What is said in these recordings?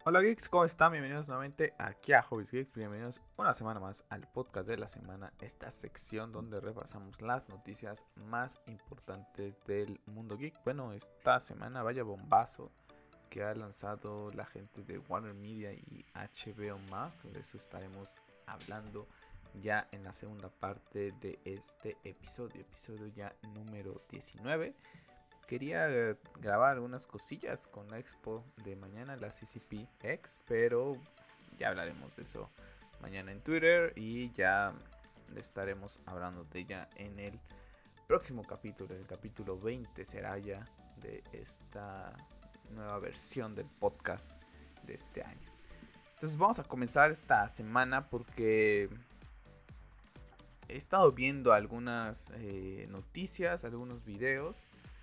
Hola geeks, ¿cómo están? Bienvenidos nuevamente aquí a Hobbies Geeks. Bienvenidos una semana más al podcast de la semana, esta sección donde repasamos las noticias más importantes del mundo geek. Bueno, esta semana vaya bombazo que ha lanzado la gente de Warner Media y HBO Max. De eso estaremos hablando ya en la segunda parte de este episodio ya número 19. Quería grabar algunas cosillas con la expo de mañana, la CCP X, pero ya hablaremos de eso mañana en Twitter y ya estaremos hablando de ella en el próximo capítulo. El capítulo 20 será ya de esta nueva versión del podcast de este año. Entonces vamos a comenzar esta semana porque he estado viendo algunas noticias, algunos videos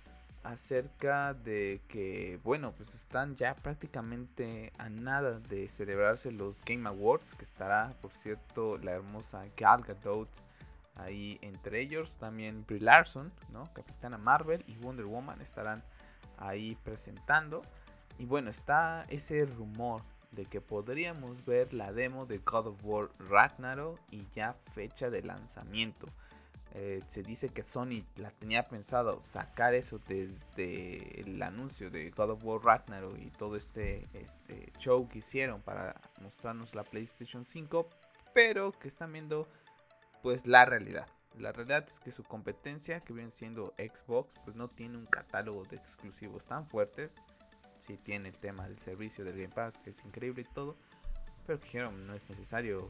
acerca de que, bueno, pues están ya prácticamente a nada de celebrarse los Game Awards, que estará, por cierto, la hermosa Gal Gadot ahí entre ellos, también Brie Larson, ¿no? Capitana Marvel y Wonder Woman estarán ahí presentando. Y bueno, está ese rumor de que podríamos ver la demo de God of War Ragnarok y ya fecha de lanzamiento. Se dice que Sony la tenía pensado sacar eso desde el anuncio de God of War Ragnarok y todo este show que hicieron para mostrarnos la PlayStation 5, pero que están viendo pues la realidad. La realidad es que su competencia, que viene siendo Xbox, pues no tiene un catálogo de exclusivos tan fuertes. Sí tiene el tema del servicio del Game Pass, que es increíble y todo, pero que dijeron no es necesario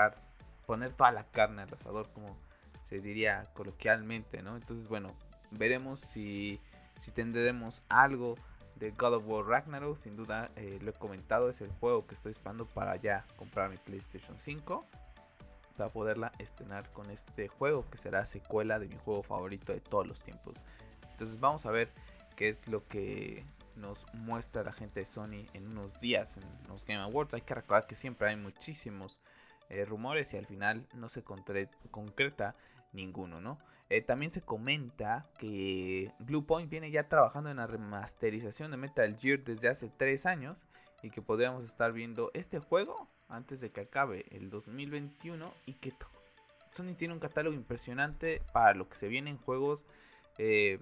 poner toda la carne al asador, como se diría coloquialmente, ¿no? Entonces, bueno, veremos si tendremos algo de God of War Ragnarok. Sin duda, lo he comentado, es el juego que estoy esperando para ya comprar mi PlayStation 5, para poderla estrenar con este juego que será secuela de mi juego favorito de todos los tiempos. Entonces vamos a ver qué es lo que nos muestra la gente de Sony en unos días en los Game Awards. Hay que recordar que siempre hay muchísimos rumores y al final no se concreta ninguno, ¿no? También se comenta que Bluepoint viene ya trabajando en la remasterización de Metal Gear desde hace 3 años y que podríamos estar viendo este juego antes de que acabe el 2021 y que Sony tiene un catálogo impresionante para lo que se viene en juegos eh,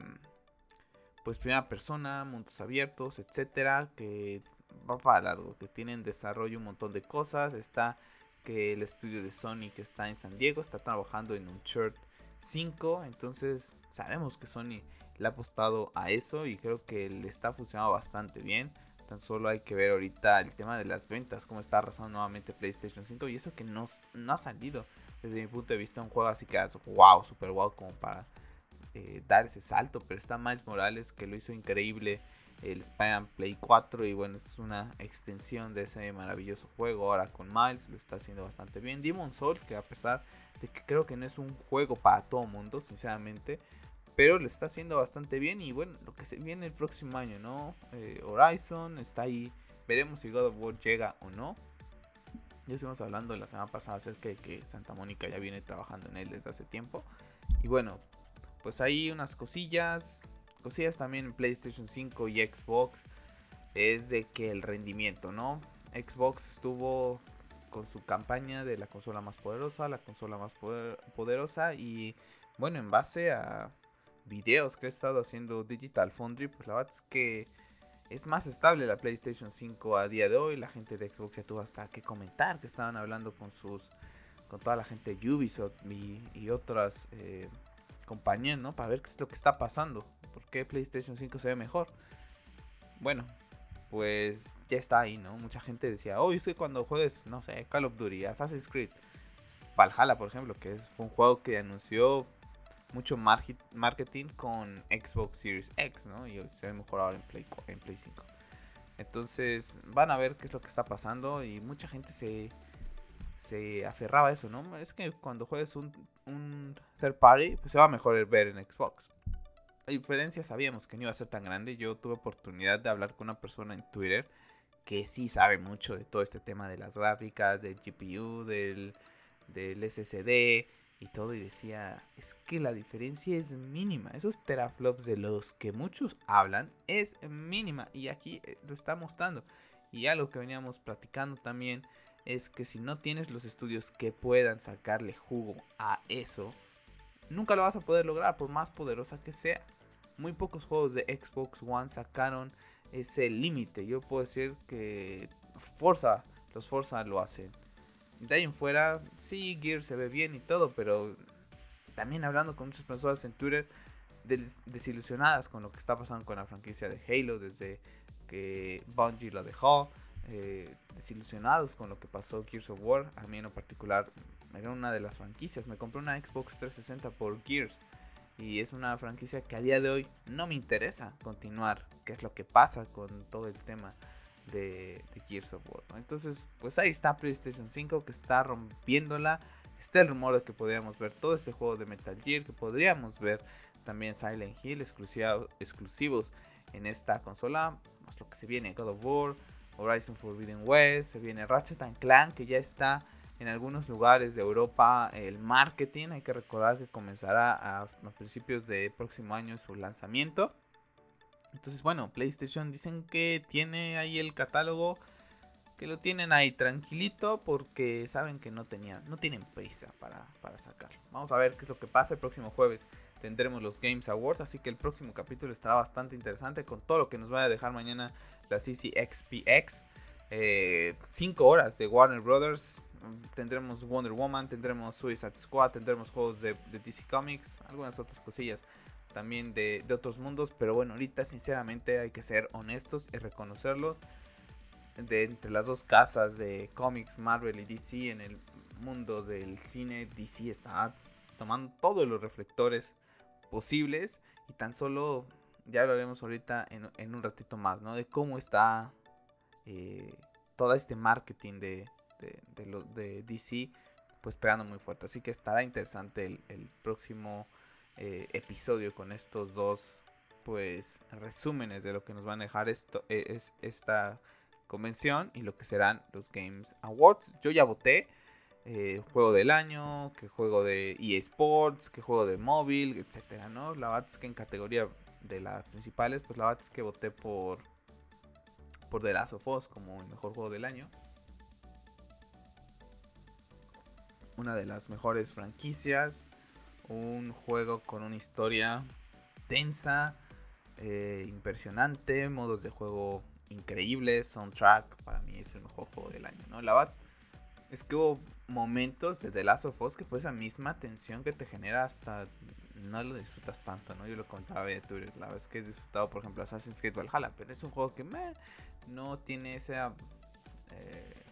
pues primera persona, mundos abiertos, etcétera, que va para largo, que tienen desarrollo un montón de cosas. Está que el estudio de Sony que está en San Diego está trabajando en Uncharted 5, entonces sabemos que Sony le ha apostado a eso y creo que le está funcionando bastante bien. Tan solo hay que ver ahorita el tema de las ventas, cómo está arrasando nuevamente PlayStation 5 y eso que no ha salido desde mi punto de vista un juego así que es wow, super wow como para dar ese salto, pero está Miles Morales que lo hizo increíble, el Spider-Man Play 4 y bueno, es una extensión de ese maravilloso juego. Ahora con Miles lo está haciendo bastante bien. Demon's Souls, que a pesar de que creo que no es un juego para todo mundo, sinceramente, pero lo está haciendo bastante bien y bueno, lo que se viene el próximo año, ¿no? Horizon está ahí, veremos si God of War llega o no. Ya estuvimos hablando la semana pasada acerca de que Santa Mónica ya viene trabajando en él desde hace tiempo. Y bueno, pues hay unas cosillas también en PlayStation 5 y Xbox, es de que el rendimiento, ¿no? Xbox estuvo con su campaña de la consola más poderosa, la consola más poderosa y bueno, en base a videos que he estado haciendo Digital Foundry, pues la verdad es que es más estable la PlayStation 5 a día de hoy. La gente de Xbox ya tuvo hasta que comentar que estaban hablando con toda la gente de Ubisoft y otras compañías, ¿no? Para ver qué es lo que está pasando. ¿Por qué PlayStation 5 se ve mejor? Bueno, pues ya está ahí, ¿no? Mucha gente decía, oh, yo sé cuando juegues, no sé, Call of Duty, Assassin's Creed, Valhalla, por ejemplo, que fue un juego que anunció mucho marketing con Xbox Series X, ¿no? Y se ve mejor ahora en Play 5. Entonces van a ver qué es lo que está pasando y mucha gente se aferraba a eso, ¿no? Es que cuando juegues un third party, pues se va a mejor ver en Xbox. La diferencia sabíamos que no iba a ser tan grande. Yo tuve oportunidad de hablar con una persona en Twitter que sí sabe mucho de todo este tema de las gráficas, del GPU, del SSD y todo. Y decía, es que la diferencia es mínima. Esos teraflops de los que muchos hablan es mínima. Y aquí lo está mostrando. Y algo que veníamos platicando también es que si no tienes los estudios que puedan sacarle jugo a eso, nunca lo vas a poder lograr por más poderosa que sea. Muy pocos juegos de Xbox One sacaron ese límite. Yo puedo decir que los Forza lo hacen. De ahí en fuera, sí, Gear se ve bien y todo, pero también hablando con muchas personas en Twitter desilusionadas con lo que está pasando con la franquicia de Halo desde que Bungie lo dejó, desilusionados con lo que pasó Gears of War. A mí en lo particular era una de las franquicias, me compré una Xbox 360 por Gears y es una franquicia que a día de hoy no me interesa continuar, que es lo que pasa con todo el tema de Gears of War, ¿no? Entonces pues ahí está PlayStation 5 que está rompiéndola. Está el rumor de que podríamos ver todo este juego de Metal Gear, que podríamos ver también Silent Hill exclusivos en esta consola. Pues lo que se viene, God of War, Horizon Forbidden West, se viene Ratchet and Clank, que ya está en algunos lugares de Europa el marketing. Hay que recordar que comenzará a principios del próximo año su lanzamiento. Entonces bueno, PlayStation dicen que tiene ahí el catálogo, que lo tienen ahí tranquilito porque saben que no tienen prisa para sacarlo. Vamos a ver qué es lo que pasa. El próximo jueves tendremos los Games Awards, así que el próximo capítulo estará bastante interesante con todo lo que nos va a dejar mañana la CCXPX. 5 horas de Warner Brothers. Tendremos Wonder Woman, tendremos Suicide Squad, tendremos juegos de DC Comics, algunas otras cosillas también de otros mundos. Pero bueno, ahorita sinceramente hay que ser honestos y reconocerlos. De entre las dos casas de cómics, Marvel y DC, en el mundo del cine, DC está tomando todos los reflectores posibles. Y tan solo, ya lo haremos ahorita en un ratito más, ¿no? De cómo está eh, todo este marketing de DC, pues pegando muy fuerte. Así que estará interesante el próximo episodio con estos dos, pues, resúmenes de lo que nos van a dejar esta convención y lo que serán los Games Awards. Yo ya voté juego del año, que juego de EA Sports, que juego de móvil, etcétera, ¿no? La verdad es que en categoría de las principales, pues la verdad es que voté por The Last of Us como el mejor juego del año. Una de las mejores franquicias, un juego con una historia tensa, impresionante, modos de juego increíbles, soundtrack, para mí es el mejor juego del año, ¿no? La verdad es que hubo momentos de The Last of Us que fue esa misma tensión que te genera hasta no lo disfrutas tanto, ¿no? Yo lo contaba de Twitter, la verdad es que he disfrutado, por ejemplo, Assassin's Creed Valhalla, pero es un juego que no tiene esa, eh,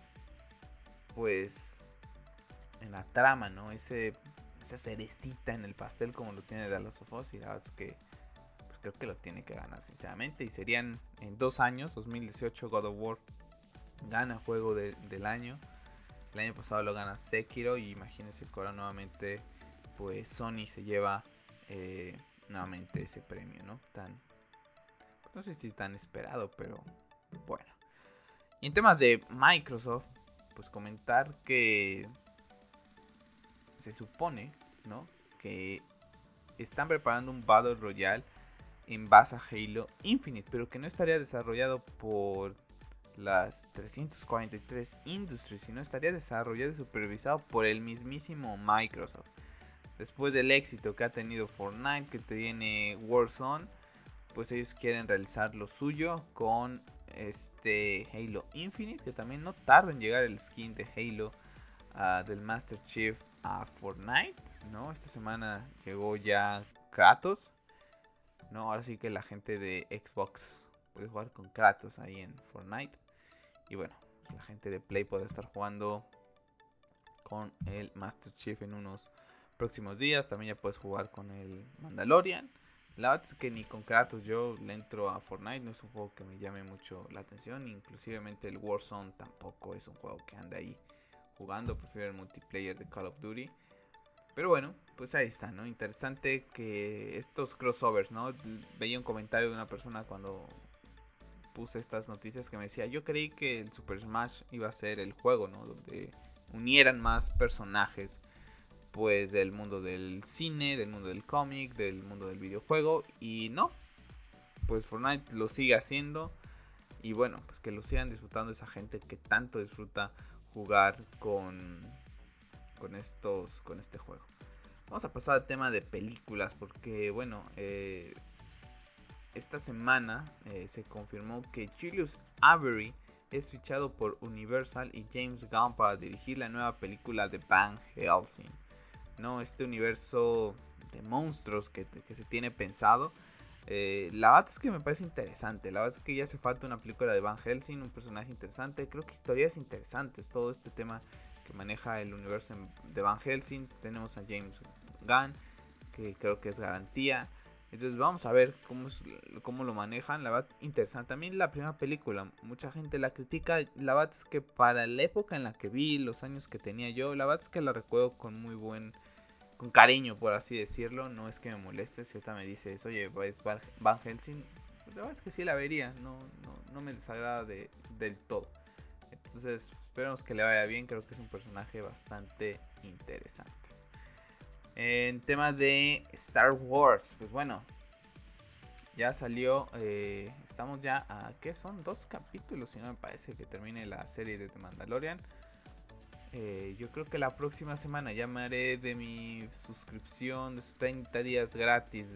pues, en la trama, ¿no? Esa cerecita en el pastel como lo tiene The Last of Us, y la verdad es que pues, creo que lo tiene que ganar, sinceramente, y serían en 2 años, 2018 God of War gana juego del año. El año pasado lo gana Sekiro y imagínense que ahora nuevamente pues Sony se lleva nuevamente ese premio, ¿no? No sé si tan esperado, pero bueno. Y en temas de Microsoft, pues comentar que se supone, ¿no? Que están preparando un Battle Royale en base a Halo Infinite, pero que no estaría desarrollado por las 343 Industries, sino estaría desarrollado y supervisado por el mismísimo Microsoft. Después del éxito que ha tenido Fortnite, que tiene Warzone, pues ellos quieren realizar lo suyo con este Halo Infinite, que también no tarda en llegar el skin de Halo del Master Chief a Fortnite, ¿no? Esta semana llegó ya Kratos, ¿no? Ahora sí que la gente de Xbox puede jugar con Kratos ahí en Fortnite. Y bueno, pues la gente de Play puede estar jugando con el Master Chief en unos próximos días. También ya puedes jugar con el Mandalorian. La verdad es que ni con Kratos yo le entro a Fortnite. No es un juego que me llame mucho la atención. Inclusivemente el Warzone tampoco es un juego que ande ahí jugando. Prefiero el multiplayer de Call of Duty. Pero bueno, pues ahí está, ¿no? Interesante que estos crossovers, ¿no? Veía un comentario de una persona cuando puse estas noticias que me decía, yo creí que el Super Smash iba a ser el juego, ¿no? Donde unieran más personajes, pues del mundo del cine, del mundo del cómic, del mundo del videojuego, y no, pues Fortnite lo sigue haciendo. Y bueno, pues que lo sigan disfrutando esa gente que tanto disfruta jugar con este juego. Vamos a pasar al tema de películas porque bueno, esta semana se confirmó que Julius Avery es fichado por Universal y James Gunn para dirigir la nueva película de Van Helsing, ¿no? Este universo de monstruos que se tiene pensado. La verdad es que me parece interesante. La verdad es que ya hace falta una película de Van Helsing, un personaje interesante. Creo que historias interesantes. Todo este tema que maneja el universo de Van Helsing. Tenemos a James Gunn, que creo que es garantía. Entonces vamos a ver cómo lo manejan. La verdad, interesante. También la primera película, mucha gente la critica. La verdad es que para la época en la que vi, los años que tenía yo, la verdad es que la recuerdo con cariño, por así decirlo. No es que me moleste. Si ahorita me dices, oye, pues Van Helsing, pues la verdad es que sí la vería. No me desagrada del todo. Entonces, esperemos que le vaya bien. Creo que es un personaje bastante interesante. En tema de Star Wars, pues bueno, ya salió. Estamos ya a, ¿qué son? 2 capítulos, si no me parece que termine la serie de The Mandalorian. Yo creo que la próxima semana ya me haré de mi suscripción de sus 30 días gratis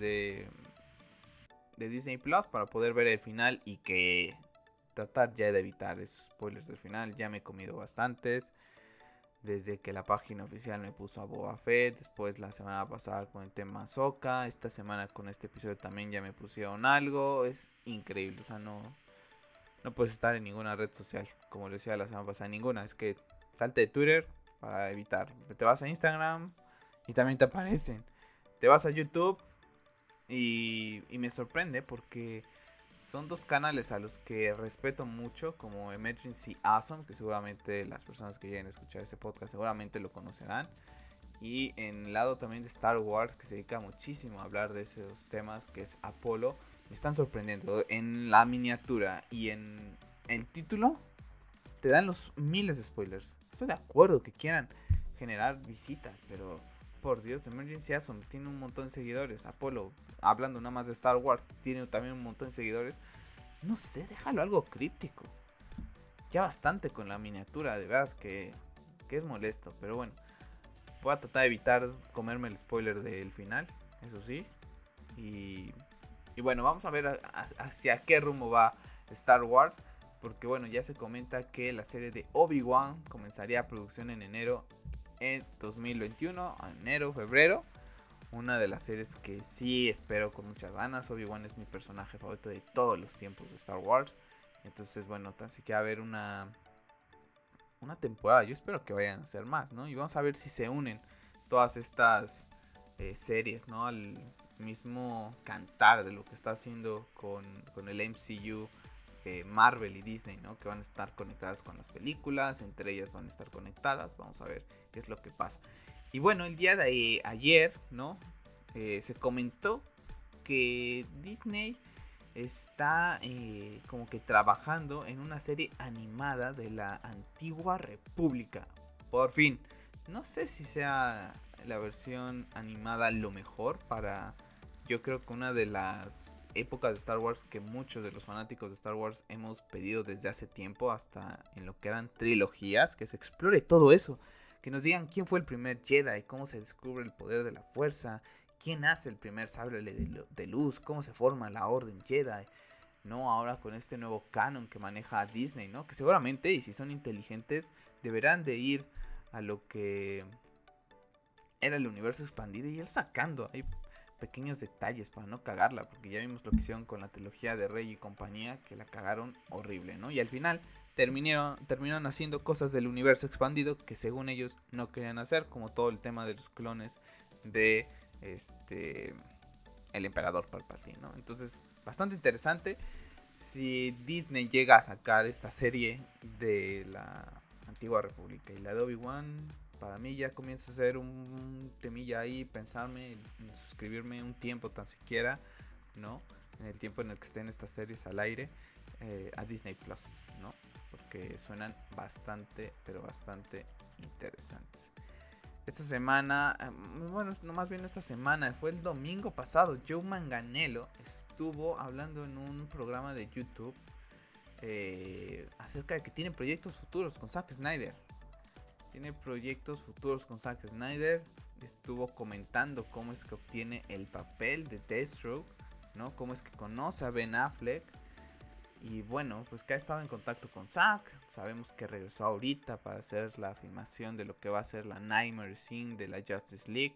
de Disney Plus para poder ver el final y que tratar ya de evitar esos spoilers del final. Ya me he comido bastantes. Desde que la página oficial me puso a Boba Fett, después la semana pasada con el tema Ahsoka, esta semana con este episodio también ya me pusieron algo. Es increíble, o sea, no puedes estar en ninguna red social, como le decía la semana pasada, ninguna. Es que salte de Twitter para evitar. Te vas a Instagram y también te aparecen. Te vas a YouTube y me sorprende porque son 2 canales a los que respeto mucho, como Emergency Awesome, que seguramente las personas que lleguen a escuchar ese podcast seguramente lo conocerán. Y en el lado también de Star Wars, que se dedica muchísimo a hablar de esos temas, que es Apolo. Me están sorprendiendo. En la miniatura y en el título te dan los miles de spoilers. Estoy de acuerdo que quieran generar visitas, pero por Dios, Emergency Awesome tiene un montón de seguidores. Apolo, hablando nada más de Star Wars, tiene también un montón de seguidores. No sé, déjalo algo críptico. Ya bastante con la miniatura, de veras que es molesto. Pero bueno, voy a tratar de evitar comerme el spoiler del final, eso sí. Y, y bueno, vamos a ver hacia qué rumbo va Star Wars. Porque bueno, ya se comenta que la serie de Obi-Wan comenzaría producción en enero en 2021, enero, febrero. Una de las series que sí espero con muchas ganas. Obi-Wan es mi personaje favorito de todos los tiempos de Star Wars. Entonces, bueno, tan siquiera haber una temporada. Yo espero que vayan a ser más, ¿no? Y vamos a ver si se unen todas estas series, ¿no? Al mismo cantar de lo que está haciendo con el MCU, Marvel y Disney, ¿no? Que van a estar conectadas con las películas, entre ellas van a estar conectadas. Vamos a ver qué es lo que pasa. Y bueno, el día de ayer, ¿no? Se comentó que Disney está como que trabajando en una serie animada de la antigua República. Por fin. No sé si sea la versión animada lo mejor para, yo creo que una de las épocas de Star Wars que muchos de los fanáticos de Star Wars hemos pedido desde hace tiempo, hasta en lo que eran trilogías, que se explore todo eso. Que nos digan quién fue el primer Jedi, cómo se descubre el poder de la fuerza, quién hace el primer sable de luz, cómo se forma la Orden Jedi, ¿no? Ahora con este nuevo canon que maneja Disney, ¿no? Que seguramente, y si son inteligentes, deberán de ir a lo que era el universo expandido y ir sacando ahí pequeños detalles para no cagarla, porque ya vimos lo que hicieron con la trilogía de Rey y compañía, que la cagaron horrible, ¿no? Y al final terminaron haciendo cosas del universo expandido que según ellos no querían hacer, como todo el tema de los clones de el emperador Palpatine, ¿no? Entonces, bastante interesante. Si Disney llega a sacar esta serie de la antigua república y la de Obi-Wan, para mí ya comienza a ser un temilla ahí, pensarme en suscribirme un tiempo tan siquiera, ¿no? En el tiempo en el que estén estas series al aire, a Disney Plus, ¿no? Porque suenan bastante, pero bastante interesantes. Esta semana, bueno, no más bien esta semana, fue el domingo pasado, Joe Manganiello estuvo hablando en un programa de YouTube acerca de que tiene proyectos futuros con Zack Snyder. Tiene proyectos futuros con Zack Snyder. Estuvo comentando cómo es que obtiene el papel de Deathstroke, ¿no? Cómo es que conoce a Ben Affleck. Y bueno, pues que ha estado en contacto con Zack. Sabemos que regresó ahorita para hacer la filmación de lo que va a ser la Nightmare Scene de la Justice League.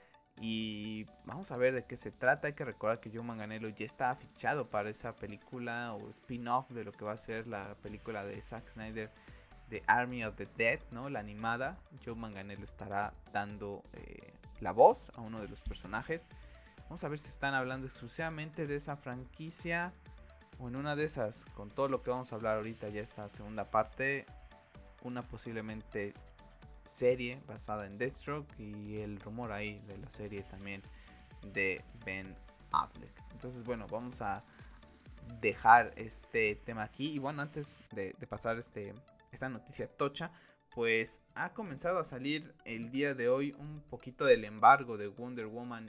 Y vamos a ver de qué se trata. Hay que recordar que Joe Manganiello ya está fichado para esa película o spin-off de lo que va a ser la película de Zack Snyder de Army of the Dead, ¿no? La animada. Joe Manganiello estará dando la voz a uno de los personajes. Vamos a ver si están hablando exclusivamente de esa franquicia o en una de esas, con todo lo que vamos a hablar ahorita, ya esta segunda parte, una posiblemente serie basada en Deathstroke y el rumor ahí de la serie también de Ben Affleck. Entonces, bueno, vamos a dejar este tema aquí. Y bueno, antes de pasar esta noticia tocha, pues ha comenzado a salir el día de hoy un poquito del embargo de Wonder Woman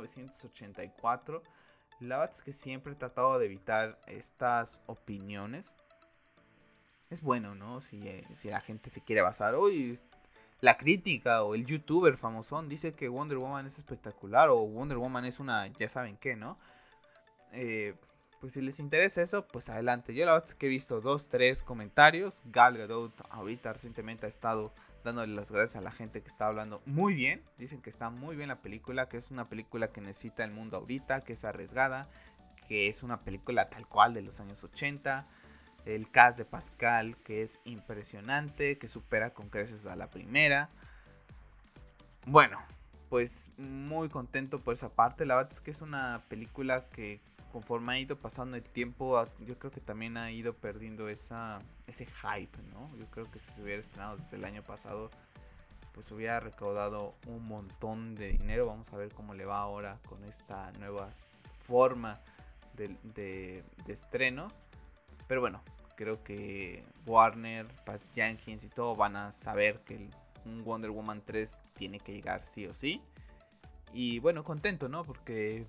1984. La verdad es que siempre he tratado de evitar estas opiniones. Es bueno, ¿no? Si la gente se quiere basar, hoy la crítica o el youtuber famosón dice que Wonder Woman es espectacular o Wonder Woman es una ya saben qué, ¿no? Eh, pues si les interesa eso, pues adelante. Yo la verdad es que he visto 2, 3 comentarios. Gal Gadot ahorita recientemente ha estado dándole las gracias a la gente que está hablando muy bien. Dicen que está muy bien la película, que es una película que necesita el mundo ahorita, que es arriesgada, que es una película tal cual de los años 80. El cast de Pascal, que es impresionante, que supera con creces a la primera. Bueno, pues muy contento por esa parte. La verdad es que es una película que conforme ha ido pasando el tiempo, yo creo que también ha ido perdiendo ese hype, ¿no? Yo creo que si se hubiera estrenado desde el año pasado, pues hubiera recaudado un montón de dinero. Vamos a ver cómo le va ahora con esta nueva forma de estrenos. Pero bueno, creo que Warner, Pat Jenkins y todo van a saber que un Wonder Woman 3 tiene que llegar sí o sí. Y bueno, contento, ¿no? Porque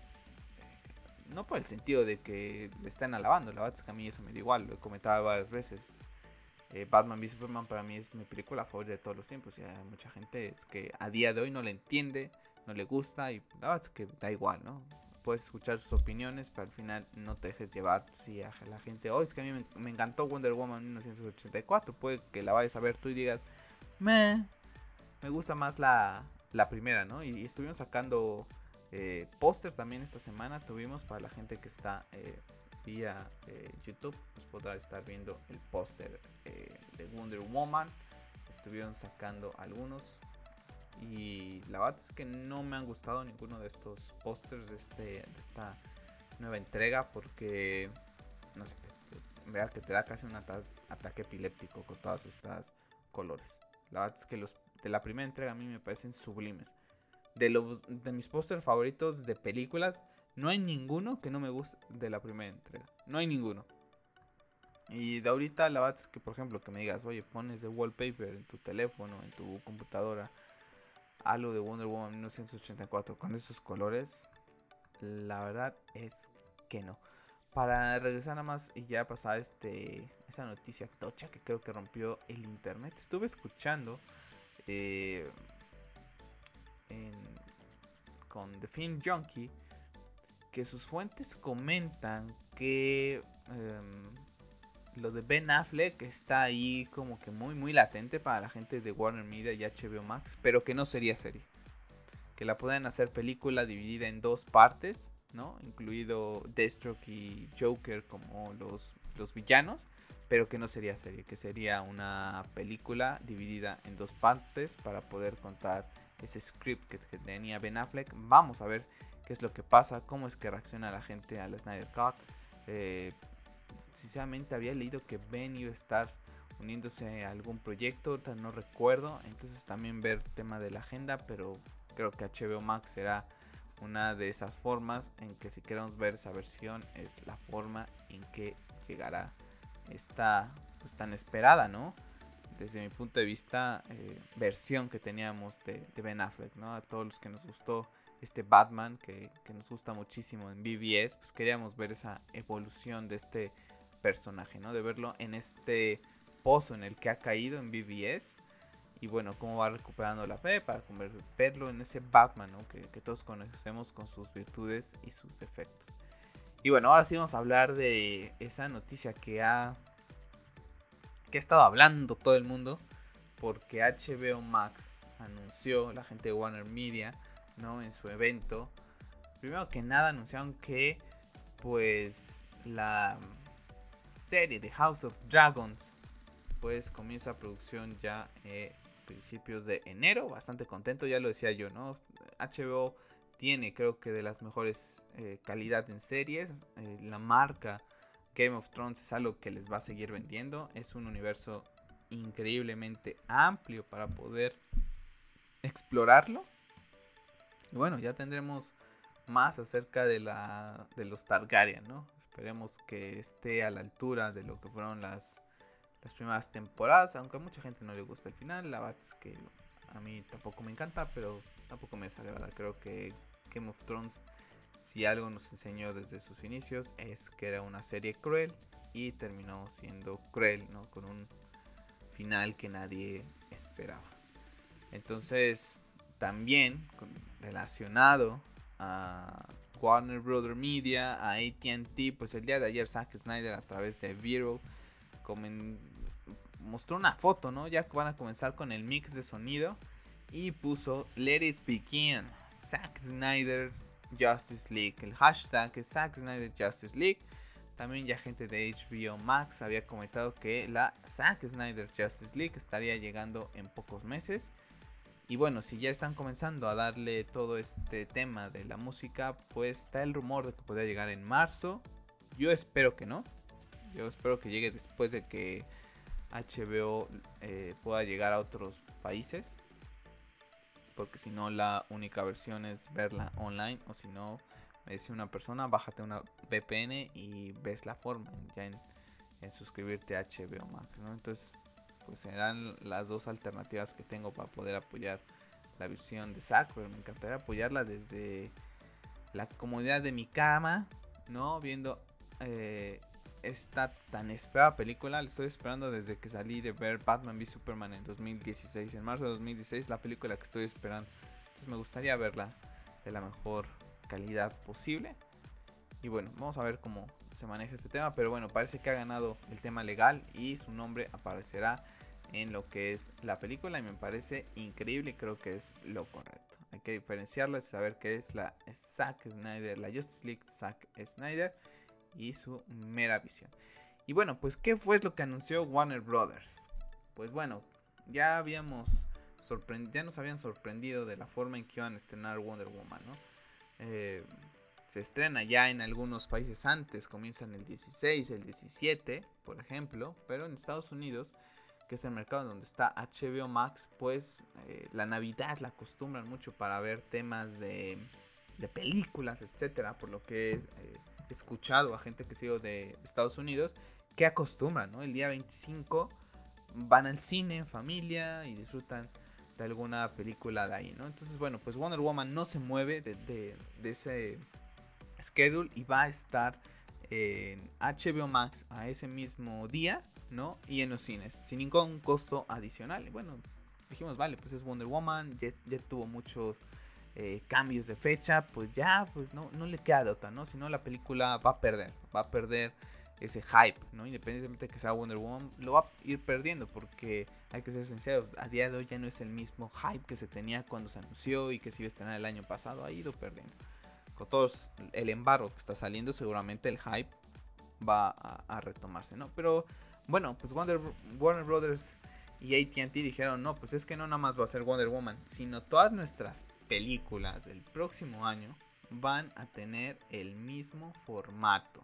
no por el sentido de que le están alabando, la verdad es que a mí eso me da igual, lo he comentado varias veces. Batman v Superman para mí es mi película favorita de todos los tiempos y hay mucha gente es que a día de hoy no le entiende, no le gusta y la verdad es que da igual, ¿no? Puedes escuchar sus opiniones, pero al final no te dejes llevar si a la gente, oh, es que a mí me encantó Wonder Woman 1984, puede que la vayas a ver tú y digas, me gusta más la primera, ¿no? Y estuvimos sacando póster también esta semana, tuvimos para la gente que está vía YouTube, pues podrá estar viendo el póster de Wonder Woman. Estuvieron sacando algunos y la verdad es que no me han gustado ninguno de estos pósters de esta nueva entrega porque, no sé, en verdad que te da casi un ataque epiléptico con todas estas colores. La verdad es que los de la primera entrega a mí me parecen sublimes. De mis pósters favoritos de películas, no hay ninguno que no me guste de la primera entrega. No hay ninguno. Y de ahorita la verdad es que, por ejemplo, que me digas, oye, pones de wallpaper en tu teléfono, en tu computadora, algo de Wonder Woman 1984 con esos colores, la verdad es que no. Para regresar nada más y ya pasar esa noticia tocha que creo que rompió el internet, estuve escuchando eh, en- con The Film Junkie que sus fuentes comentan que lo de Ben Affleck está ahí como que muy muy latente para la gente de Warner Media y HBO Max, pero que no sería serie. Que la puedan hacer película dividida en 2 partes, ¿no? Incluido Deathstroke y Joker como los villanos, pero que no sería serie, que sería una película dividida en 2 partes para poder contar ese script que tenía Ben Affleck. Vamos a ver qué es lo que pasa, cómo es que reacciona la gente al Snyder Cut. Eh, Sinceramente había leído que Ben iba a estar uniéndose a algún proyecto, no recuerdo, entonces también ver tema de la agenda, pero creo que HBO Max será una de esas formas en que si queremos ver esa versión es la forma en que llegará esta pues tan esperada, ¿no? Desde mi punto de vista, versión que teníamos de Ben Affleck, ¿no? A todos los que nos gustó este Batman, que nos gusta muchísimo en BVS, pues queríamos ver esa evolución de este personaje, ¿no? De verlo en este pozo en el que ha caído en BVS. Y bueno, cómo va recuperando la fe para verlo en ese Batman, ¿no? Que todos conocemos con sus virtudes y sus defectos. Y bueno, ahora sí vamos a hablar de esa noticia que ha estado hablando todo el mundo. Porque HBO Max anunció, la gente de Warner Media, ¿no? En su evento. Primero que nada anunciaron que pues la serie de House of Dragons pues comienza producción ya principios de enero. Bastante contento, ya lo decía yo, ¿no? HBO tiene, creo que, de las mejores calidad en series. La marca Game of Thrones es algo que les va a seguir vendiendo. Es un universo increíblemente amplio para poder explorarlo. Y bueno, ya tendremos más acerca de los Targaryen, ¿no? Esperemos que esté a la altura de lo que fueron las primeras temporadas, aunque a mucha gente no le gusta el final. La verdad es que a mí tampoco me encanta, pero tampoco me desagrada. Creo que Game of Thrones, si algo nos enseñó desde sus inicios, es que era una serie cruel y terminó siendo cruel, ¿no? Con un final que nadie esperaba. Entonces, también relacionado a Warner Brothers Media, a AT&T, pues el día de ayer Zack Snyder a través de Vero mostró una foto, ¿no? Ya van a comenzar con el mix de sonido y puso Let It Begin, Zack Snyder Justice League. El hashtag es Zack Snyder Justice League. También ya gente de HBO Max había comentado que la Zack Snyder Justice League estaría llegando en pocos meses. Y bueno, si ya están comenzando a darle todo este tema de la música, pues está el rumor de que podría llegar en marzo. Yo espero que no. Yo espero que llegue después de que HBO pueda llegar a otros países. Porque si no, la única versión es verla online. O si no, me dice una persona, bájate una VPN y ves la forma ya en suscribirte a HBO Max, ¿no? Entonces, pues serán las dos alternativas que tengo para poder apoyar la visión de Zack. Pero me encantaría apoyarla desde la comodidad de mi cama, ¿no? Viendo esta tan esperada película. La estoy esperando desde que salí de ver Batman v Superman en 2016. En marzo de 2016, la película que estoy esperando. Entonces me gustaría verla de la mejor calidad posible. Y bueno, vamos a ver cómo se maneja este tema. Pero bueno, parece que ha ganado el tema legal y su nombre aparecerá en lo que es la película. Y me parece increíble y creo que es lo correcto. Hay que diferenciarla, saber que es la Zack Snyder, la Justice League Zack Snyder y su mera visión. Y bueno, pues ¿qué fue lo que anunció Warner Brothers? Pues bueno, ya nos habían sorprendido de la forma en que iban a estrenar Wonder Woman, ¿no? Se estrena ya en algunos países antes, comienzan el 16, el 17, por ejemplo, pero en Estados Unidos, que es el mercado donde está HBO Max, pues la Navidad la acostumbran mucho para ver temas de películas, etcétera, por lo que he escuchado a gente que sigo de Estados Unidos que acostumbran, ¿no? El día 25 van al cine en familia y disfrutan de alguna película de ahí, ¿no? Entonces, bueno, pues Wonder Woman no se mueve de ese schedule y va a estar en HBO Max a ese mismo día, ¿no? Y en los cines, sin ningún costo adicional. Y bueno, dijimos, vale, pues es Wonder Woman, ya tuvo muchos cambios de fecha, pues ya, pues no le queda de otra, ¿no? Si no, la película va a perder ese hype, ¿no? Independientemente de que sea Wonder Woman, lo va a ir perdiendo porque hay que ser sinceros, a día de hoy ya no es el mismo hype que se tenía cuando se anunció y que se iba a estrenar el año pasado, ha ido perdiendo. Con todo el embargo que está saliendo, seguramente el hype va a retomarse, ¿no? Pero bueno, pues Warner Brothers y AT&T dijeron, no, pues es que no nada más va a ser Wonder Woman, sino todas nuestras películas del próximo año van a tener el mismo formato.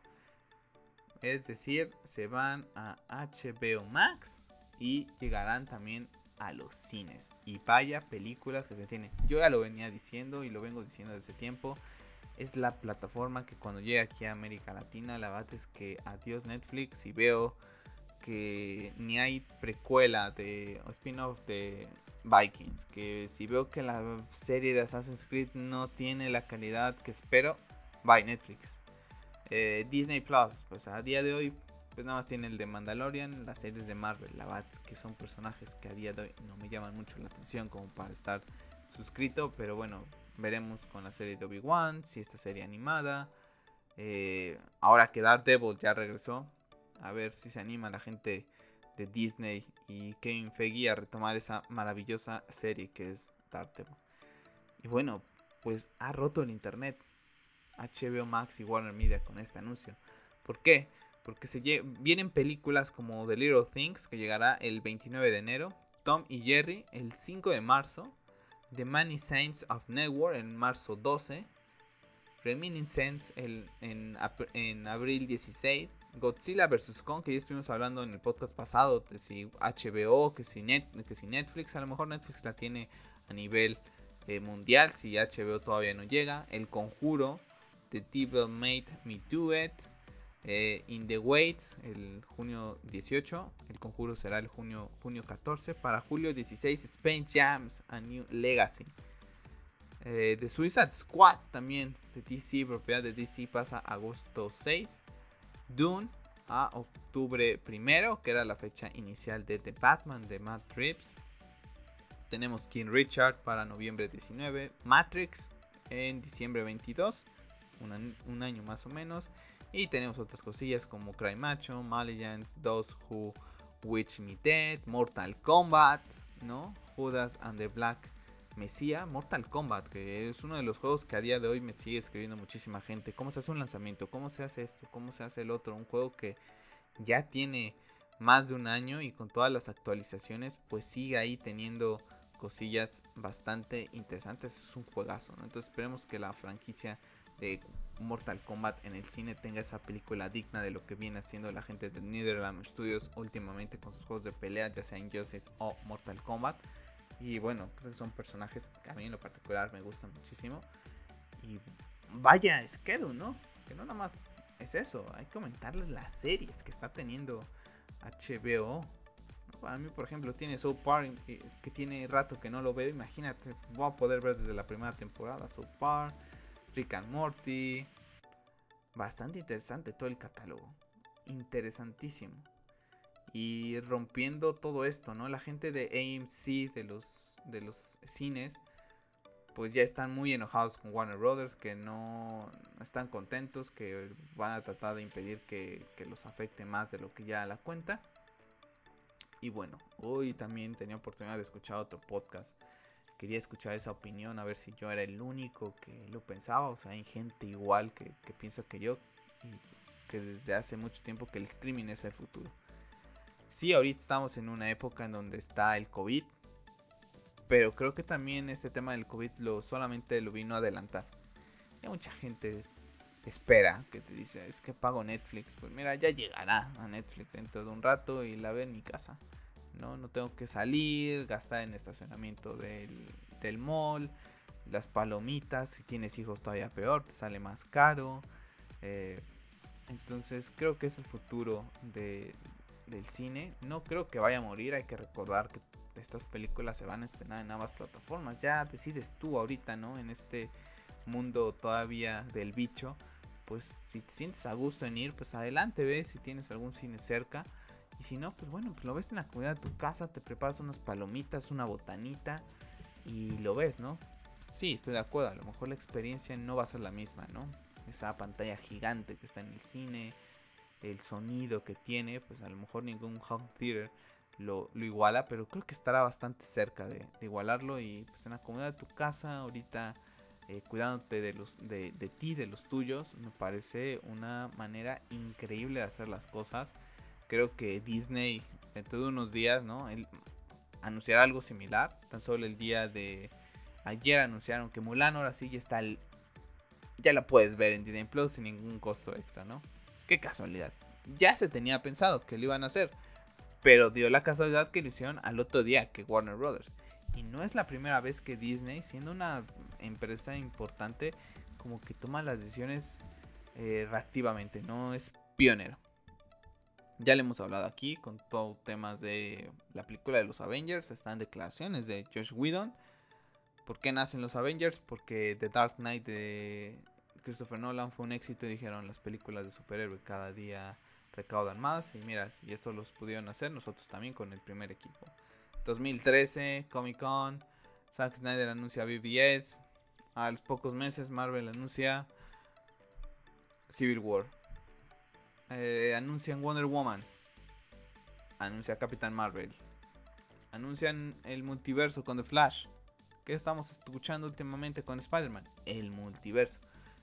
Es decir, se van a HBO Max y llegarán también a los cines. Y vaya películas que se tienen. Yo ya lo venía diciendo y lo vengo diciendo desde tiempo. Es la plataforma que cuando llegue aquí a América Latina, la verdad es que adiós Netflix, y veo que ni hay precuela o spin-off de Vikings, que si veo que la serie de Assassin's Creed no tiene la calidad que espero, bye Netflix. Disney Plus, pues a día de hoy pues nada más tiene el de Mandalorian, las series de Marvel, la verdad que son personajes que a día de hoy no me llaman mucho la atención como para estar suscrito, pero bueno, veremos con la serie de Obi-Wan, si esta serie animada. Ahora que Daredevil ya regresó, a ver si se anima la gente de Disney y Kevin Feige a retomar esa maravillosa serie que es Daredevil. Y bueno, pues ha roto el internet HBO Max y Warner Media con este anuncio. ¿Por qué? Porque vienen películas como The Little Things, que llegará el 29 de enero, Tom y Jerry el 5 de marzo, The Many Saints of Network en marzo 12, Reminiscence en abril 16, Godzilla vs. Kong, que ya estuvimos hablando en el podcast pasado, de si HBO, que si Netflix, a lo mejor Netflix la tiene a nivel mundial, si HBO todavía no llega, El Conjuro, The Devil Made Me Do It, In the Wait, el junio 18, El Conjuro será el junio 14, para julio 16, Space Jams, A New Legacy. The Suicide Squad también de DC, propiedad de DC, pasa a agosto 6. Dune a octubre 1, que era la fecha inicial de The Batman de Matt Reeves. Tenemos King Richard para noviembre 19. Matrix en diciembre 22. Un año más o menos. Y tenemos otras cosillas como Cry Macho, Malignant, Those Who Wish Me Dead, Mortal Kombat, ¿no? Judas and the Black Messiah, Mortal Kombat, que es uno de los juegos que a día de hoy me sigue escribiendo muchísima gente. ¿Cómo se hace un lanzamiento? ¿Cómo se hace esto? ¿Cómo se hace el otro? Un juego que ya tiene más de un año y con todas las actualizaciones, pues sigue ahí teniendo cosillas bastante interesantes. Es un juegazo, ¿no? Entonces esperemos que la franquicia de Mortal Kombat en el cine tenga esa película digna de lo que viene haciendo la gente de Netherrealm Studios últimamente con sus juegos de pelea, ya sea Injustice o Mortal Kombat. Y bueno, creo que son personajes que a mí en lo particular me gustan muchísimo. Y vaya schedule, ¿no? Que no nada más es eso, hay que aumentarles las series que está teniendo HBO. Para mí, por ejemplo, tiene South Park, que tiene rato que no lo veo. Imagínate, voy a poder ver desde la primera temporada South Park, Rick and Morty. Bastante interesante todo el catálogo. Interesantísimo. Y rompiendo todo esto, ¿no? La gente de AMC, de los cines, pues ya están muy enojados con Warner Brothers, que no están contentos, que van a tratar de impedir que los afecte más de lo que ya la cuenta. Y bueno, hoy también tenía oportunidad de escuchar otro podcast. Quería escuchar esa opinión, a ver si yo era el único que lo pensaba. O sea, hay gente igual que piensa que yo, y que desde hace mucho tiempo que el streaming es el futuro. Sí, ahorita estamos en una época en donde está el COVID, pero creo que también este tema del COVID solamente lo vino a adelantar. Hay mucha gente espera, que te dice, es que pago Netflix. Pues mira, ya llegará a Netflix dentro de un rato y la ve en mi casa. No tengo que salir, gastar en estacionamiento del mall, las palomitas, si tienes hijos todavía peor, te sale más caro. Eh, entonces creo que es el futuro del cine. No creo que vaya a morir, hay que recordar que estas películas se van a estrenar en ambas plataformas. Ya decides tú ahorita, ¿no? En este mundo todavía del bicho, pues si te sientes a gusto en ir, pues adelante, ve si tienes algún cine cerca. Y si no, pues bueno, pues lo ves en la comodidad de tu casa, te preparas unas palomitas, una botanita y lo ves, ¿no? Sí, estoy de acuerdo, a lo mejor la experiencia no va a ser la misma, ¿no? Esa pantalla gigante que está en el cine, el sonido que tiene, pues a lo mejor ningún home theater lo iguala, pero creo que estará bastante cerca de igualarlo. Y pues en la comodidad de tu casa, ahorita cuidándote de ti, de los tuyos, me parece una manera increíble de hacer las cosas. Creo que Disney dentro de unos días, ¿no? Anunciará algo similar. Tan solo el día de ayer anunciaron que Mulan ahora sí ya la puedes ver en Disney Plus sin ningún costo extra, ¿no? Qué casualidad. Ya se tenía pensado que lo iban a hacer, pero dio la casualidad que lo hicieron al otro día que Warner Brothers. Y no es la primera vez que Disney, siendo una empresa importante, como que toma las decisiones reactivamente, no es pionero. Ya le hemos hablado aquí con todo temas de la película de los Avengers, están declaraciones de Josh Whedon. ¿Por qué nacen los Avengers? Porque The Dark Knight de Christopher Nolan fue un éxito y dijeron las películas de superhéroe cada día recaudan más. Y mira, si esto los pudieron hacer, nosotros también con el primer equipo. 2013, Comic Con, Zack Snyder anuncia BBS. A los pocos meses Marvel anuncia Civil War. Anuncian Wonder Woman. Anuncia Capitán Marvel. Anuncian el multiverso con The Flash. ¿Qué estamos escuchando últimamente con Spider-Man? El multiverso.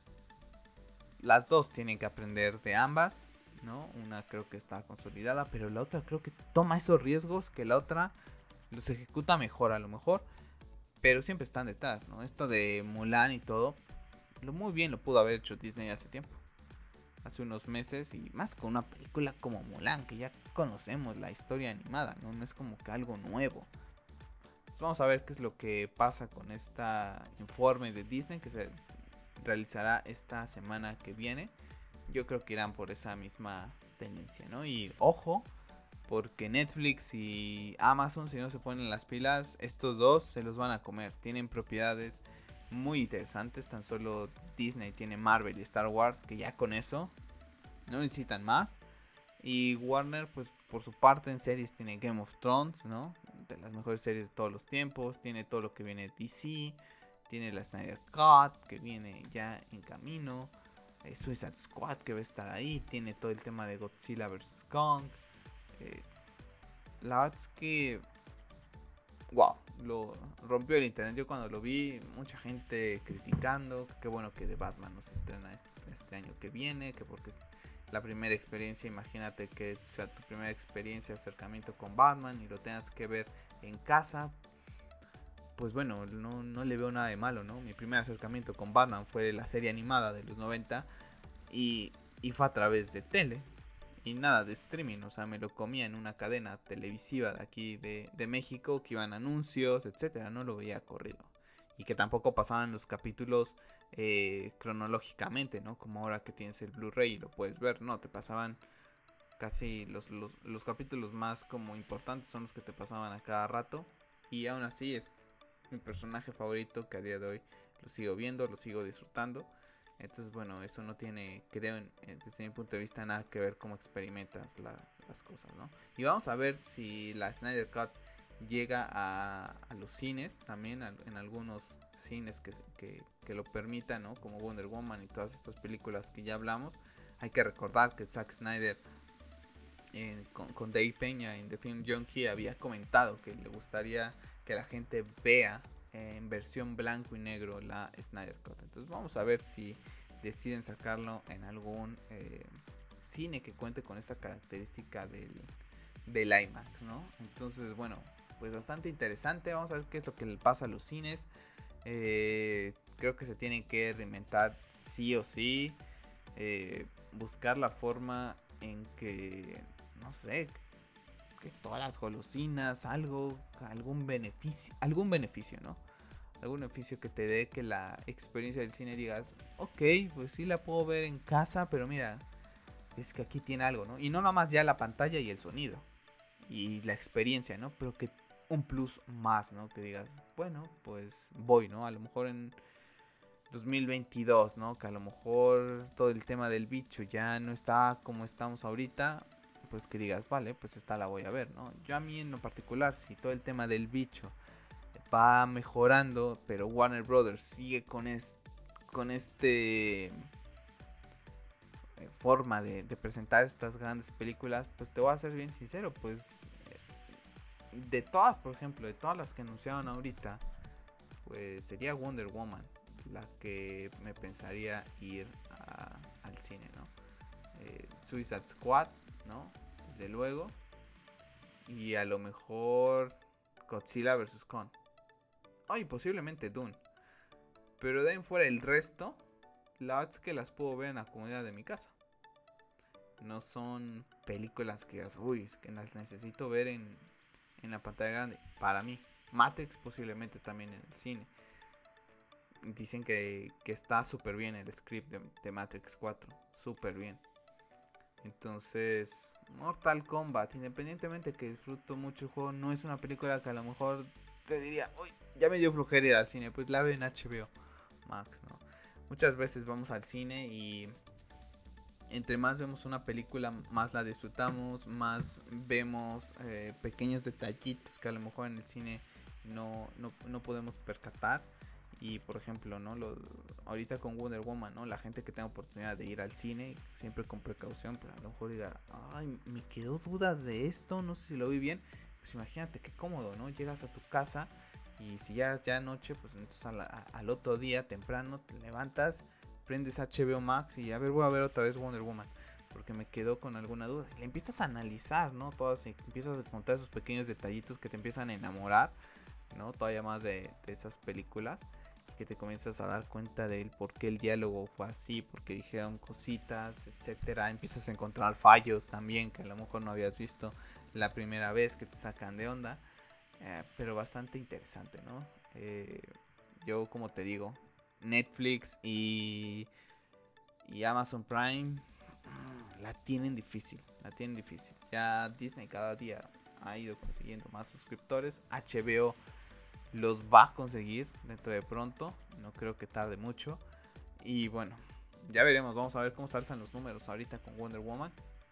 Las dos tienen que aprender de ambas, ¿no? Una creo que está consolidada, pero la otra creo que toma esos riesgos que la otra los ejecuta mejor a lo mejor, pero siempre están detrás, ¿no? Esto de Mulan y todo, lo muy bien lo pudo haber hecho Disney hace tiempo. Hace unos meses y más con una película como Mulan, que ya conocemos la historia animada, ¿no? No es como que algo nuevo. Entonces vamos a ver qué es lo que pasa con este informe de Disney que se realizará esta semana que viene. Yo creo que irán por esa misma tendencia, ¿no? Y ojo, porque Netflix y Amazon, si no se ponen las pilas, estos dos se los van a comer. Tienen propiedades muy interesantes. Tan solo Disney tiene Marvel y Star Wars, que ya con eso no necesitan más. Y Warner, pues por su parte en series tiene Game of Thrones, ¿no? De las mejores series de todos los tiempos. Tiene todo lo que viene de DC. Tiene la Snyder Cut, que viene ya en camino. Suicide Squad, que va a estar ahí. Tiene todo el tema de Godzilla vs. Kong. Eh, la verdad es que wow, lo rompió el internet. Yo cuando lo vi, mucha gente criticando, que qué bueno que The Batman no se estrena este año que viene, que porque es la primera experiencia, imagínate que sea tu primera experiencia de acercamiento con Batman y lo tengas que ver en casa. Pues bueno, no le veo nada de malo, ¿no? Mi primer acercamiento con Batman fue la serie animada de los 90 y, y fue a través de tele y nada de streaming, o sea, me lo comía en una cadena televisiva de aquí de México, que iban anuncios, etcétera, no lo veía corrido. Y que tampoco pasaban los capítulos cronológicamente, ¿no? Como ahora que tienes el Blu-ray y lo puedes ver, no, te pasaban casi los capítulos más como importantes son los que te pasaban a cada rato. Y aún así es mi personaje favorito que a día de hoy lo sigo viendo, lo sigo disfrutando. Entonces, bueno, eso no tiene, creo, desde mi punto de vista, nada que ver cómo experimentas las cosas, ¿no? Y vamos a ver si la Snyder Cut llega a los cines, también en algunos cines que lo permitan, ¿no? Como Wonder Woman y todas estas películas que ya hablamos. Hay que recordar que Zack Snyder con Dave Peña en The Film Junkie había comentado que le gustaría que la gente vea en versión blanco y negro la Snyder Cut. Entonces vamos a ver si deciden sacarlo en algún cine que cuente con esta característica del IMAX, ¿no? Entonces, bueno, pues bastante interesante. Vamos a ver qué es lo que le pasa a los cines. Creo que se tienen que reinventar sí o sí. Buscar la forma en que, no sé, que todas las golosinas, algún beneficio, ¿no? Algún beneficio que te dé que la experiencia del cine digas, ok, pues sí la puedo ver en casa, pero mira, es que aquí tiene algo, ¿no? Y no nomás ya la pantalla y el sonido y la experiencia, ¿no? Pero que un plus más, ¿no? Que digas, bueno, pues voy, ¿no? A lo mejor en 2022, ¿no? Que a lo mejor todo el tema del bicho ya no está como estamos ahorita, pues que digas, vale, pues esta la voy a ver, ¿no? Yo a mí en lo particular, si todo el tema del bicho va mejorando, pero Warner Brothers sigue con este forma de presentar estas grandes películas, pues te voy a ser bien sincero, pues de todas, por ejemplo, de todas las que anunciaron ahorita, pues sería Wonder Woman la que me pensaría ir al cine, ¿no? Suicide Squad, ¿no? Desde luego. Y a lo mejor Godzilla vs. Kong. Ay, posiblemente Dune. Pero de ahí en fuera el resto, la verdad es que las puedo ver en la comodidad de mi casa. No son películas que uy, es que las necesito ver en la pantalla grande. Para mí. Matrix posiblemente también en el cine. Dicen que está súper bien el script de Matrix 4. Súper bien. Entonces, Mortal Kombat, independientemente que disfruto mucho el juego, no es una película que a lo mejor te diría, uy, ya me dio flojera ir al cine, pues la veo en HBO Max, ¿no? Muchas veces vamos al cine y entre más vemos una película, más la disfrutamos, más vemos pequeños detallitos que a lo mejor en el cine no podemos percatar. Y por ejemplo, ¿no? Ahorita con Wonder Woman, ¿no? La gente que tenga oportunidad de ir al cine, siempre con precaución, pues a lo mejor diga, ay, me quedó dudas de esto, no sé si lo vi bien. Pues imagínate qué cómodo, ¿no? Llegas a tu casa y si ya es ya noche, pues entonces al otro día temprano te levantas, prendes HBO Max y a ver, voy a ver otra vez Wonder Woman porque me quedó con alguna duda. Y le empiezas a analizar, ¿no? Todas, empiezas a contar esos pequeños detallitos que te empiezan a enamorar, ¿no? Todavía más de esas películas, que te comienzas a dar cuenta de él, por qué el diálogo fue así, por qué dijeron cositas, etcétera. Empiezas a encontrar fallos también que a lo mejor no habías visto la primera vez, que te sacan de onda, pero bastante interesante, ¿no? Yo, como te digo, Netflix y Amazon Prime la tienen difícil, la tienen difícil. Ya Disney cada día ha ido consiguiendo más suscriptores. HBO los va a conseguir dentro de pronto, no creo que tarde mucho. Y bueno, ya veremos, vamos a ver cómo saltan los números ahorita con Wonder Woman.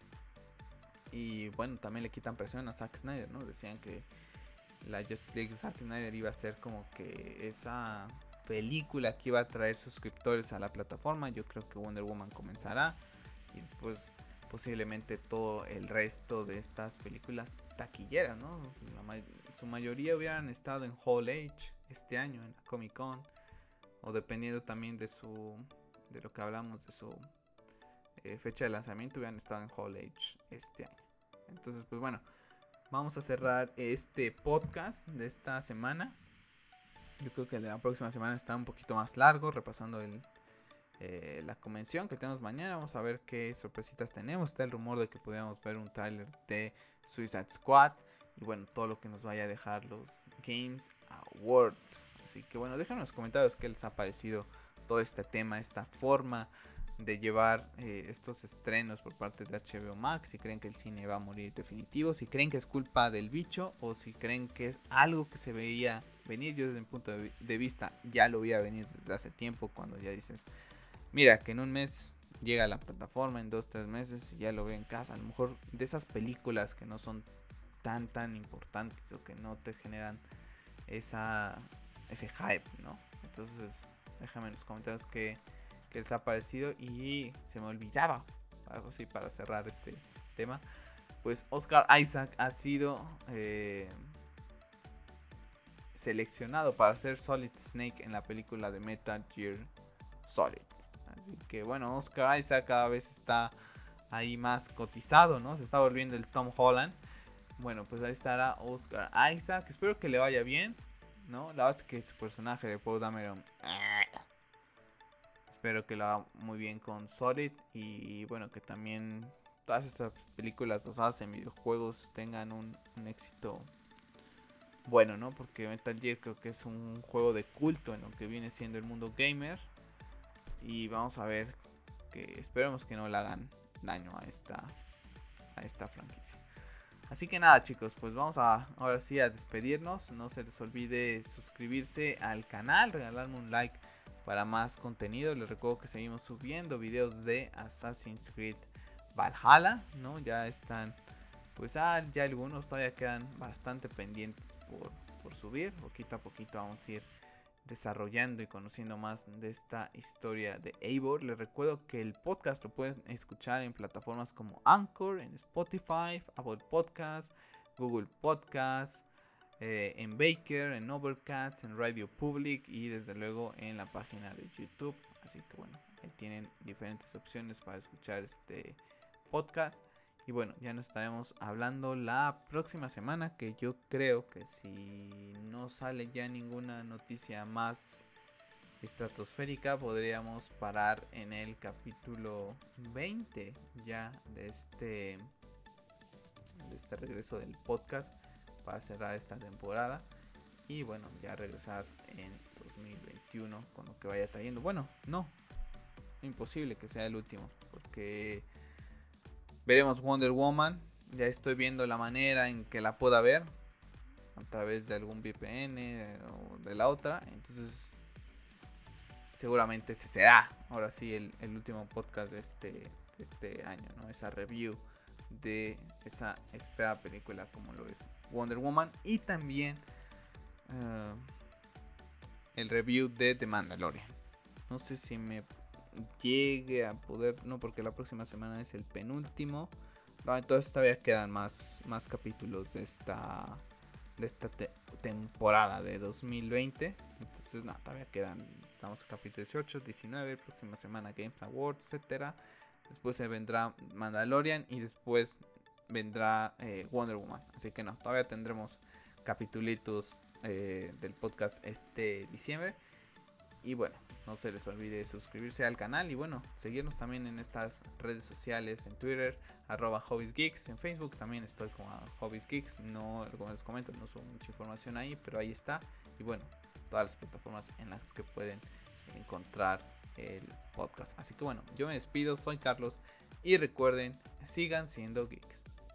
Y bueno, también le quitan presión a Zack Snyder, ¿no? Decían que la Justice League de Zack Snyder iba a ser como que esa película que iba a traer suscriptores a la plataforma. Yo creo que Wonder Woman comenzará y después posiblemente todo el resto de estas películas taquilleras, ¿no? Su mayoría hubieran estado en Hall H este año en la Comic Con, o dependiendo también de lo que hablamos de su fecha de lanzamiento, hubieran estado en Hall H este año. Entonces, pues bueno, vamos a cerrar este podcast de esta semana. Yo creo que el de la próxima semana está un poquito más largo, repasando la convención que tenemos mañana. Vamos a ver qué sorpresitas tenemos. Está el rumor de que podríamos ver un tráiler de Suicide Squad. Y bueno, todo lo que nos vaya a dejar los Games Awards. Así que bueno, déjenme en los comentarios qué les ha parecido todo este tema, esta forma de llevar estos estrenos por parte de HBO Max. Si creen que el cine va a morir definitivo, si creen que es culpa del bicho, o si creen que es algo que se veía venir. Yo desde mi punto de vista ya lo veía venir desde hace tiempo, cuando ya dices, mira, que en un mes llega a la plataforma, en 2-3 meses y ya lo veo en casa. A lo mejor de esas películas que no son tan importantes o que no te generan ese hype, ¿no? Entonces, déjame en los comentarios qué les ha parecido. Y se me olvidaba, algo así para cerrar este tema, pues Oscar Isaac ha sido seleccionado para ser Solid Snake en la película de Metal Gear Solid. Así que bueno, Oscar Isaac cada vez está ahí más cotizado, ¿no? Se está volviendo el Tom Holland. Bueno, pues ahí estará Oscar Isaac. Espero que le vaya bien, ¿no? La verdad es que su personaje de Poe Dameron, espero que lo haga muy bien con Solid. Y bueno, que también todas estas películas basadas en videojuegos tengan un éxito bueno, ¿no? Porque Metal Gear creo que es un juego de culto en lo que viene siendo el mundo gamer. Y vamos a ver, que esperemos que no le hagan daño a esta franquicia. Así que nada, chicos, pues vamos ahora sí a despedirnos. No se les olvide suscribirse al canal, regalarme un like para más contenido. Les recuerdo que seguimos subiendo videos de Assassin's Creed Valhalla, ¿no? Ya están, pues ya algunos todavía quedan bastante pendientes por subir. Poquito a poquito vamos a ir desarrollando y conociendo más de esta historia de Eivor. Les recuerdo que el podcast lo pueden escuchar en plataformas como Anchor, en Spotify, Apple Podcasts, Google Podcasts, en Baker, en Overcast, en Radio Public y desde luego en la página de YouTube. Así que bueno, ahí tienen diferentes opciones para escuchar este podcast. Y bueno, ya nos estaremos hablando la próxima semana, que yo creo que si no sale ya ninguna noticia más estratosférica, podríamos parar en el capítulo 20 ya de este regreso del podcast para cerrar esta temporada. Y bueno, ya regresar en 2021 con lo que vaya trayendo. Bueno, no, imposible que sea el último, porque veremos Wonder Woman. Ya estoy viendo la manera en que la pueda ver a través de algún VPN o de la otra. Entonces, seguramente ese será ahora sí el último podcast de este de este año, ¿no? Esa review de esa esperada película como lo es Wonder Woman, y también el review de The Mandalorian. No sé si me llegue a poder, no, porque la próxima semana es el penúltimo. No, entonces todavía quedan más capítulos de esta temporada de 2020. Entonces no, todavía quedan, estamos en capítulo 18, 19, próxima semana Games Awards, etcétera. Después se vendrá Mandalorian y después vendrá Wonder Woman. Así que no, todavía tendremos capitulitos del podcast este diciembre. Y bueno, no se les olvide suscribirse al canal y bueno, seguirnos también en estas redes sociales, en Twitter, @hobbiesgeeks, en Facebook también estoy como hobbiesgeeks, no, como les comento, no subo mucha información ahí, pero ahí está. Y bueno, todas las plataformas en las que pueden encontrar el podcast. Así que bueno, yo me despido, soy Carlos y recuerden, sigan siendo geeks.